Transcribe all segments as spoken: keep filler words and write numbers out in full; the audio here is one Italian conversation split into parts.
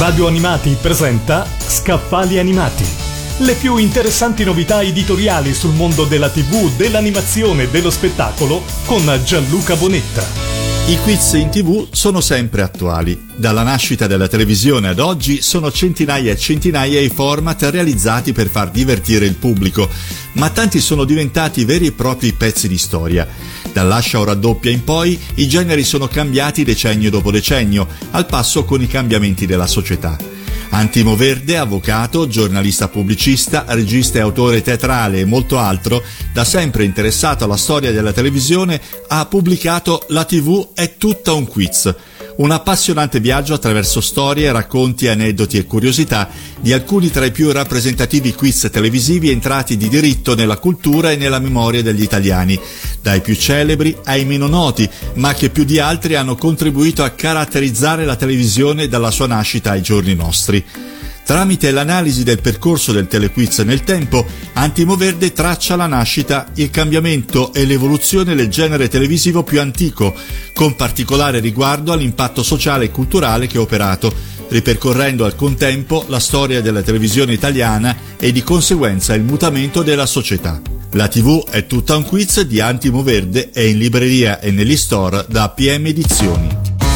Radio Animati presenta Scaffali Animati. Le più interessanti novità editoriali sul mondo della tivù, dell'animazione e dello spettacolo con Gianluca Bonetta. I quiz in tivù sono sempre attuali. Dalla nascita della televisione ad oggi sono centinaia e centinaia i format realizzati per far divertire il pubblico, ma tanti sono diventati veri e propri pezzi di storia. Dall'ascia o raddoppia in poi i generi sono cambiati decennio dopo decennio, al passo con i cambiamenti della società. Antimo Verde, avvocato, giornalista pubblicista, regista e autore teatrale e molto altro, da sempre interessato alla storia della televisione, ha pubblicato La tivù è tutta un quiz, un appassionante viaggio attraverso storie, racconti, aneddoti e curiosità di alcuni tra i più rappresentativi quiz televisivi entrati di diritto nella cultura e nella memoria degli italiani, dai più celebri ai meno noti, ma che più di altri hanno contribuito a caratterizzare la televisione dalla sua nascita ai giorni nostri. Tramite l'analisi del percorso del telequiz nel tempo, Antimo Verde traccia la nascita, il cambiamento e l'evoluzione del genere televisivo più antico, con particolare riguardo all'impatto sociale e culturale che ha operato, ripercorrendo al contempo la storia della televisione italiana e di conseguenza il mutamento della società. La tivù è tutta un quiz di Antimo Verde è in libreria e negli store da P M Edizioni.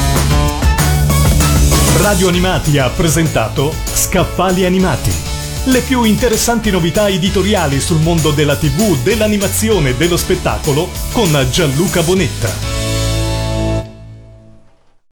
Radio Animati ha presentato Scaffali Animati. Le più interessanti novità editoriali sul mondo della tivù, dell'animazione e dello spettacolo con Gianluca Bonetta.